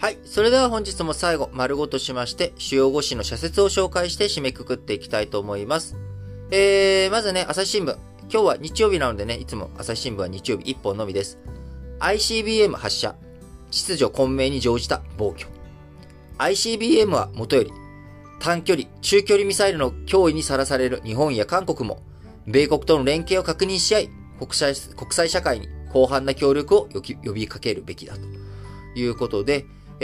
はい。それでは本日も最後、丸ごとしまして、主要5紙の社説を紹介して締めくくっていきたいと思います。まずね、朝日新聞。今日は日曜日なのでね、いつも朝日新聞は日曜日1本のみです。ICBM 発射。秩序混迷に乗じた暴挙。ICBM はもとより、短距離、中距離ミサイルの脅威にさらされる日本や韓国も、米国との連携を確認し合い、国際社会に広範な協力を呼びかけるべきだということで、つ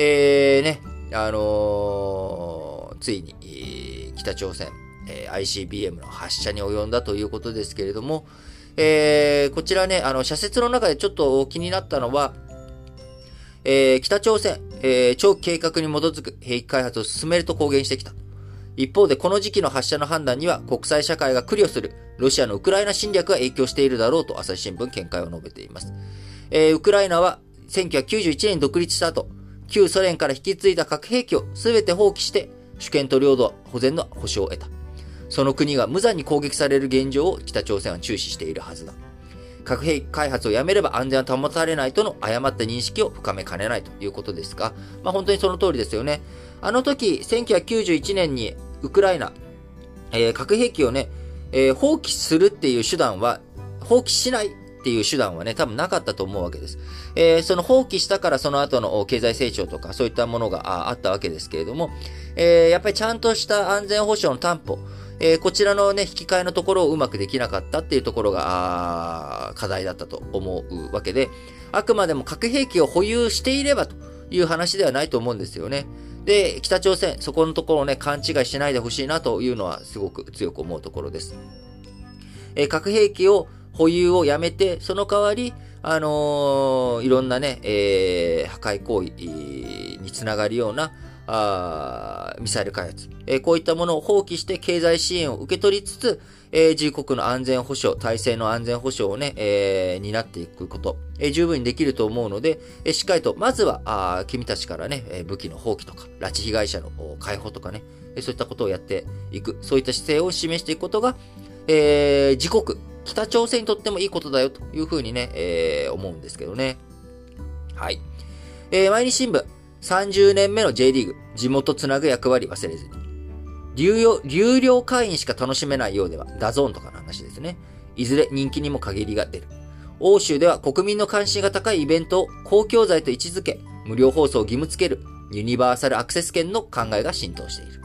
いに、北朝鮮、ICBM の発射に及んだということですけれども、こちらね、社説の中でちょっと気になったのは、北朝鮮、長期計画に基づく兵器開発を進めると公言してきた。一方でこの時期の発射の判断には国際社会が苦慮するロシアのウクライナ侵略が影響しているだろうと朝日新聞見解を述べています。ウクライナは1991年に独立した後、旧ソ連から引き継いだ核兵器を全て放棄して主権と領土保全の保障を得た。その国が無残に攻撃される現状を北朝鮮は注視しているはずだ。核兵器開発をやめれば安全は保たれないとの誤った認識を深めかねないということですが、本当にその通りですよね。あの時、1991年にウクライナ、核兵器をね、放棄するっていう手段は、放棄しないっていう手段はね、多分なかったと思うわけです。その放棄したからその後の経済成長とかそういったものがあったわけですけれども、やっぱりちゃんとした安全保障の担保、こちらのね、引き換えのところをうまくできなかったっていうところが、課題だったと思うわけで、あくまでも核兵器を保有していればという話ではないと思うんですよね。で、北朝鮮、そこのところをね、勘違いしないでほしいなというのはすごく強く思うところです。核兵器を保有をやめて、その代わり、いろんなね、破壊行為につながるような、ミサイル開発、こういったものを放棄して経済支援を受け取りつつ、自国の安全保障、体制の安全保障をね、担っていくこと、十分にできると思うので、しっかりと、まずは、君たちからね、武器の放棄とか、拉致被害者の解放とかね、そういったことをやっていく、そういった姿勢を示していくことが、自国、北朝鮮にとってもいいことだよというふうにね、思うんですけどね。はい。毎日新聞。30年目の J リーグ、地元つなぐ役割忘れずに。有料会員しか楽しめないようでは、ダゾーンとかの話ですね。いずれ人気にも限りが出る。欧州では国民の関心が高いイベントを公共財と位置づけ、無料放送を義務付ける、ユニバーサルアクセス権の考えが浸透している。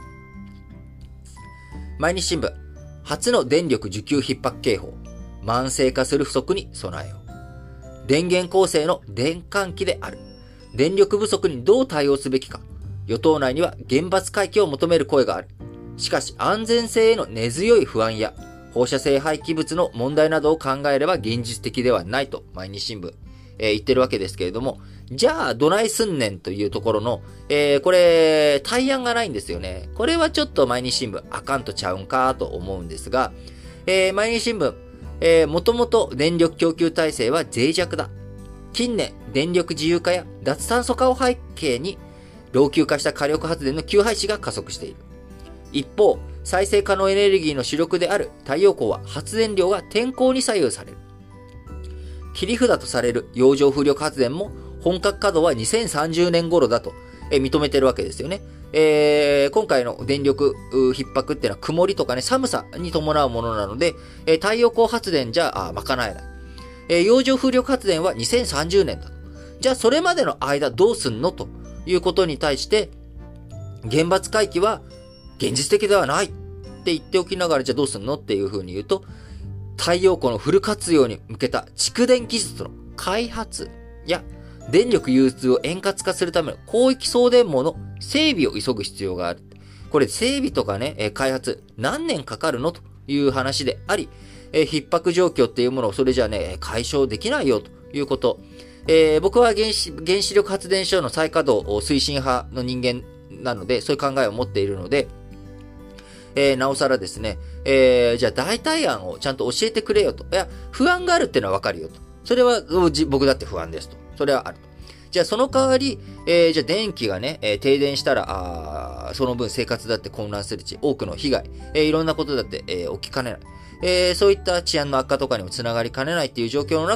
毎日新聞、初の電力需給逼迫警報、慢性化する不足に備えよう。電源構成の電換器である。電力不足にどう対応すべきか。与党内には厳罰回帰を求める声がある。しかし安全性への根強い不安や放射性廃棄物の問題などを考えれば現実的ではないと毎日新聞、言ってるわけですけれども、じゃあどないすんねんというところの、これ対案がないんですよね。これはちょっと毎日新聞あかんとちゃうんかと思うんですが、毎日新聞、もともと電力供給体制は脆弱だ。近年、電力自由化や脱炭素化を背景に、老朽化した火力発電の休廃止が加速している。一方、再生可能エネルギーの主力である太陽光は発電量が天候に左右される。切り札とされる洋上風力発電も本格稼働は2030年頃だと認めてるわけですよね。今回の電力逼迫っていうのは曇りとかね、寒さに伴うものなので、太陽光発電じゃ賄えない。洋上風力発電は2030年だ。じゃあそれまでの間どうすんのということに対して、厳罰回帰は現実的ではないって言っておきながら、じゃあどうすんのっていうふうに言うと、太陽光のフル活用に向けた蓄電技術の開発や電力融通を円滑化するための広域送電網の整備を急ぐ必要がある。これ整備とかね、開発何年かかるのという話であり、逼迫状況っていうものをそれじゃね、解消できないよということ。僕は原子力発電所の再稼働推進派の人間なので、そういう考えを持っているので、なおさらですね、じゃあ代替案をちゃんと教えてくれよと。いや、不安があるっていうのはわかるよと。それは僕だって不安ですと。それはあると。じゃあその代わり、じゃあ電気がね、停電したら、その分生活だって混乱するし、多くの被害、いろんなことだって、起きかねない。そういった治安の悪化とかにもつながりかねないっていう状況の中、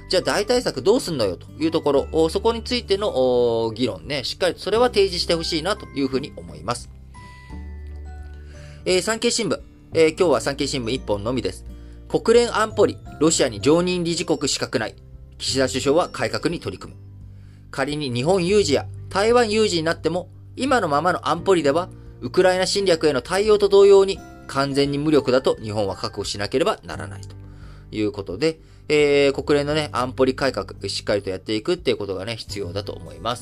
じゃあ代替策どうすんのよというところ、そこについての議論ね、しっかりとそれは提示してほしいなというふうに思います。産経新聞、今日は産経新聞1本のみです。国連安保理、ロシアに常任理事国資格ない。岸田首相は改革に取り組む。仮に日本有事や台湾有事になっても、今のままの安保理では、ウクライナ侵略への対応と同様に、完全に無力だと日本は確保しなければならないということで、国連のね、安保理改革、しっかりとやっていくっていうことがね、必要だと思います。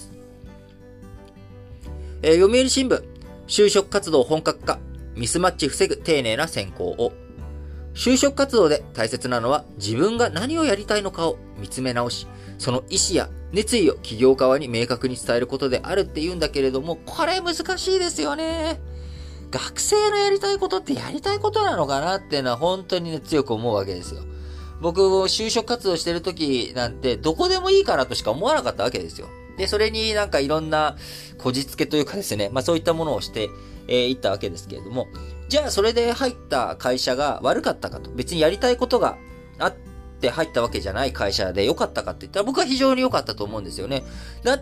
読売新聞、就職活動本格化、ミスマッチ防ぐ丁寧な選考を。就職活動で大切なのは自分が何をやりたいのかを見つめ直し、その意思や熱意を企業側に明確に伝えることであるって言うんだけれども、これ難しいですよね。学生のやりたいことってやりたいことなのかなっていうのは本当にね、強く思うわけですよ。僕、就職活動してる時なんてどこでもいいからとしか思わなかったわけですよ。で、それになんかいろんなこじつけというかですね、そういったものをしていったわけですけれども、じゃあそれで入った会社が悪かったかと、別にやりたいことがあって入ったわけじゃない会社で良かったかって言ったら僕は非常に良かったと思うんですよね。だって、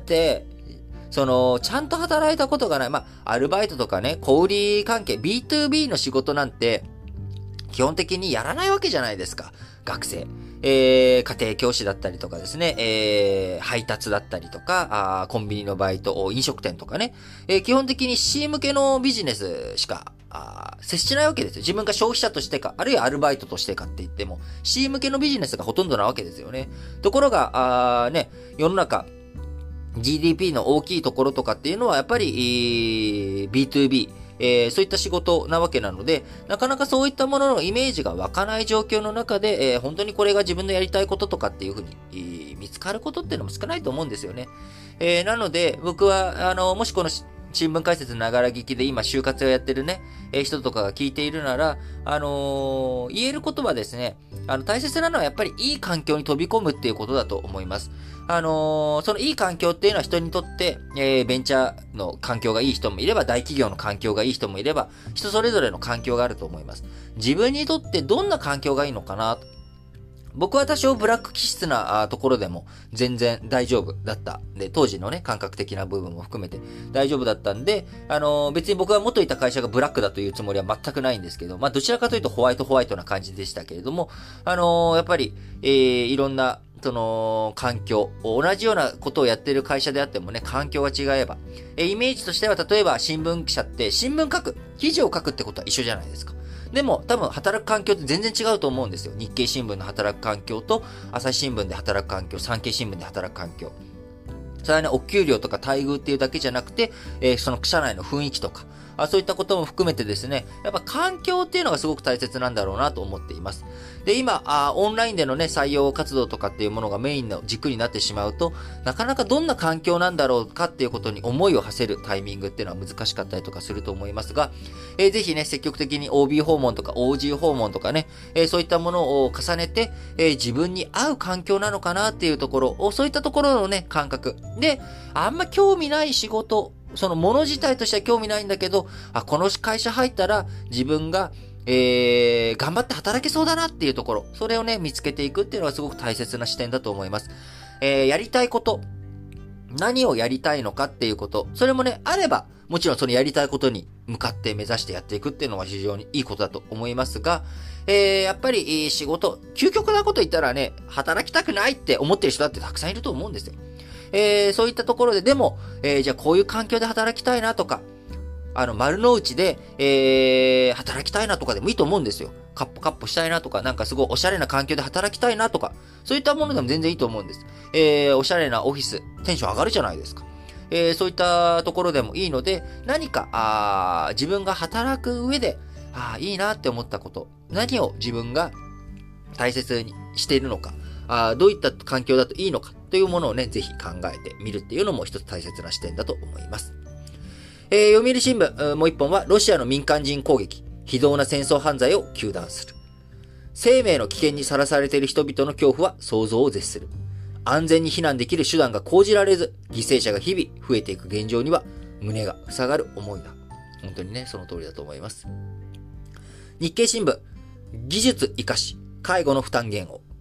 ちゃんと働いたことがない、アルバイトとかね、小売関係、B2B の仕事なんて、基本的にやらないわけじゃないですか。学生。家庭教師だったりとかですね、配達だったりとか、コンビニのバイト、飲食店とかね、基本的に C 向けのビジネスしか、接しないわけですよ。自分が消費者としてか、あるいはアルバイトとしてかって言っても、C 向けのビジネスがほとんどなわけですよね。ところが、世の中、GDP の大きいところとかっていうのはやっぱり、B2B、そういった仕事なわけなので、なかなかそういったもののイメージが湧かない状況の中で、本当にこれが自分のやりたいこととかっていうふうに、見つかることっていうのも少ないと思うんですよね。なので、僕は、もしこの新聞解説ながら聞きで今就活をやってるね、人とかが聞いているなら、言えることはですね、大切なのはやっぱりいい環境に飛び込むっていうことだと思います。そのいい環境っていうのは人にとって、ベンチャーの環境がいい人もいれば、大企業の環境がいい人もいれば、人それぞれの環境があると思います。自分にとってどんな環境がいいのかなと。僕は多少ブラック気質なところでも全然大丈夫だったんで、当時のね、感覚的な部分も含めて大丈夫だったんで、別に僕が元いた会社がブラックだというつもりは全くないんですけど、どちらかというとホワイトな感じでしたけれども、やっぱり、いろんな、環境、同じようなことをやっている会社であってもね、環境が違えば、イメージとしては例えば新聞記者って新聞書く、記事を書くってことは一緒じゃないですか。でも多分働く環境って全然違うと思うんですよ。日経新聞の働く環境と朝日新聞で働く環境、産経新聞で働く環境。それはね、お給料とか待遇っていうだけじゃなくて、その社内の雰囲気とか、そういったことも含めてですね、やっぱ環境っていうのがすごく大切なんだろうなと思っています。で、今、オンラインでのね、採用活動とかっていうものがメインの軸になってしまうと、なかなかどんな環境なんだろうかっていうことに思いを馳せるタイミングっていうのは難しかったりとかすると思いますが、ぜひね、積極的に OB 訪問とか OG 訪問とかね、そういったものを重ねて、自分に合う環境なのかなっていうところ、そういったところのね、感覚。で、あんま興味ない仕事、そのもの自体としては興味ないんだけど、この会社入ったら自分が、頑張って働けそうだなっていうところ、それをね、見つけていくっていうのはすごく大切な視点だと思います。やりたいこと、何をやりたいのかっていうこと、それもね、あれば、もちろんそのやりたいことに向かって目指してやっていくっていうのは非常にいいことだと思いますが、やっぱり仕事、究極なこと言ったらね、働きたくないって思ってる人だってたくさんいると思うんですよ。そういったところで、でも、じゃあこういう環境で働きたいなとか、丸の内で、働きたいなとかでもいいと思うんですよ。カッポしたいなとか、なんかすごいおしゃれな環境で働きたいなとか、そういったものでも全然いいと思うんです。おしゃれなオフィス、テンション上がるじゃないですか。そういったところでもいいので、何か、自分が働く上で、いいなって思ったこと、何を自分が大切にしているのか、どういった環境だといいのかというものをね、ぜひ考えてみるっていうのも一つ大切な視点だと思います。読売新聞、もう一本は、ロシアの民間人攻撃、非道な戦争犯罪を糾弾する。生命の危険にさらされている人々の恐怖は想像を絶する。安全に避難できる手段が講じられず、犠牲者が日々増えていく現状には、胸が塞がる思いだ。本当にね、その通りだと思います。日経新聞、技術生かし、介護の負担減を。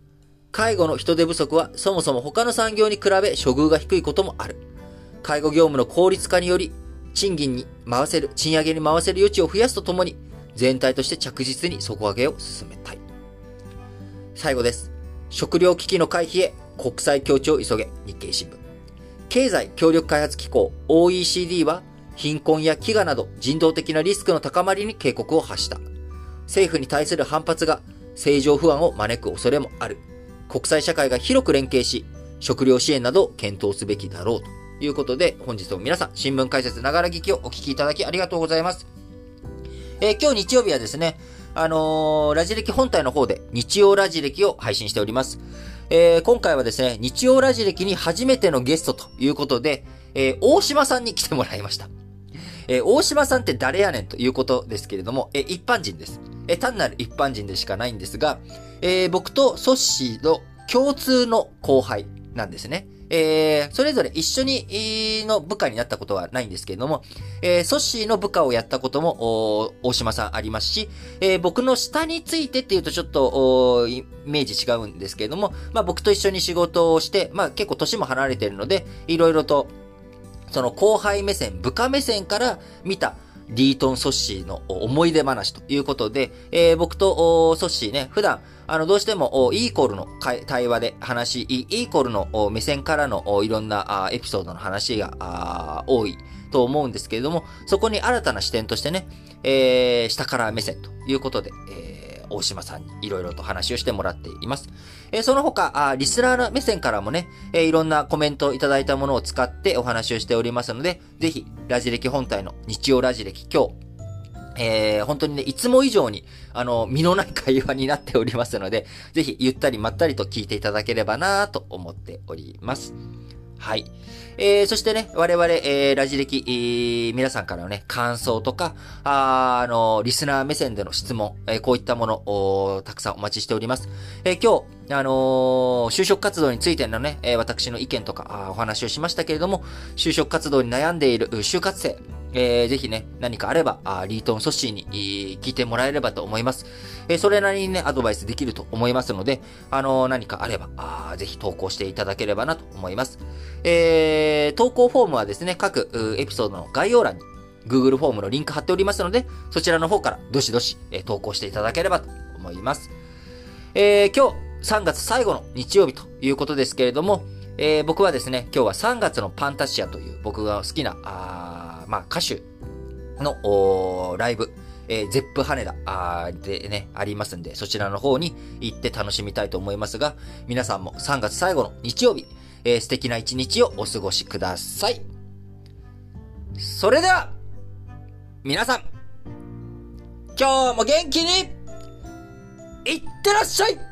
介護の人手不足はそもそも他の産業に比べ処遇が低いこともある。介護業務の効率化により、賃上げに回せる余地を増やすとともに、全体として着実に底上げを進めたい。最後です。食糧危機の回避へ国際協調を急げ、日経新聞。経済協力開発機構 OECD は、貧困や飢餓など人道的なリスクの高まりに警告を発した。政府に対する反発が政情不安を招く恐れもある。国際社会が広く連携し、食料支援などを検討すべきだろうということで、本日も皆さん、新聞解説ながら聞きをお聞きいただきありがとうございます。今日日曜日はですね、ラジ歴本体の方で日曜ラジ歴を配信しております。今回はですね、日曜ラジ歴に初めてのゲストということで、大島さんに来てもらいました。大島さんって誰やねんということですけれども、一般人です。単なる一般人でしかないんですが、僕とソッシーの共通の後輩なんですね。それぞれ一緒にの部下になったことはないんですけれども、ソッシーの部下をやったことも大島さんありますし、僕の下についてっていうとちょっとイメージ違うんですけれども、まあ僕と一緒に仕事をして、まあ結構年も離れているので、いろいろとその後輩目線、部下目線から見たリートン・ソッシーの思い出話ということで、僕とソッシーね、普段、どうしてもイーコールの対話でイーコールの目線からのいろんなエピソードの話が多いと思うんですけれども、そこに新たな視点としてね、下から目線ということで、大島さんにいろいろと話をしてもらっています。その他、リスナーの目線からもね、いろんなコメントいただいたものを使ってお話をしておりますので、ぜひ、ラジ歴本体の日曜ラジ歴今日、本当にね、いつも以上に、身のない会話になっておりますので、ぜひ、ゆったりまったりと聞いていただければなと思っております。はい。そしてね、我々、ラジ歴、皆さんからのね、感想とか、リスナー目線での質問、こういったもの、たくさんお待ちしております。今日、就職活動についてのね、私の意見とか、お話をしましたけれども、就職活動に悩んでいる就活生、ぜひね、何かあれば、リートン・ソッシーに聞いてもらえればと思います。それなりにね、アドバイスできると思いますので、何かあれば、ぜひ投稿していただければなと思います。投稿フォームはですね、各エピソードの概要欄に Google フォームのリンク貼っておりますので、そちらの方からどしどし投稿していただければと思います。今日3月最後の日曜日ということですけれども、僕はですね、今日は3月のパンタシアという僕が好きな、歌手のライブ、ゼップ羽田でね、ありますんで、そちらの方に行って楽しみたいと思いますが、皆さんも3月最後の日曜日、素敵な一日をお過ごしください。それでは、皆さん、今日も元気に、いってらっしゃい。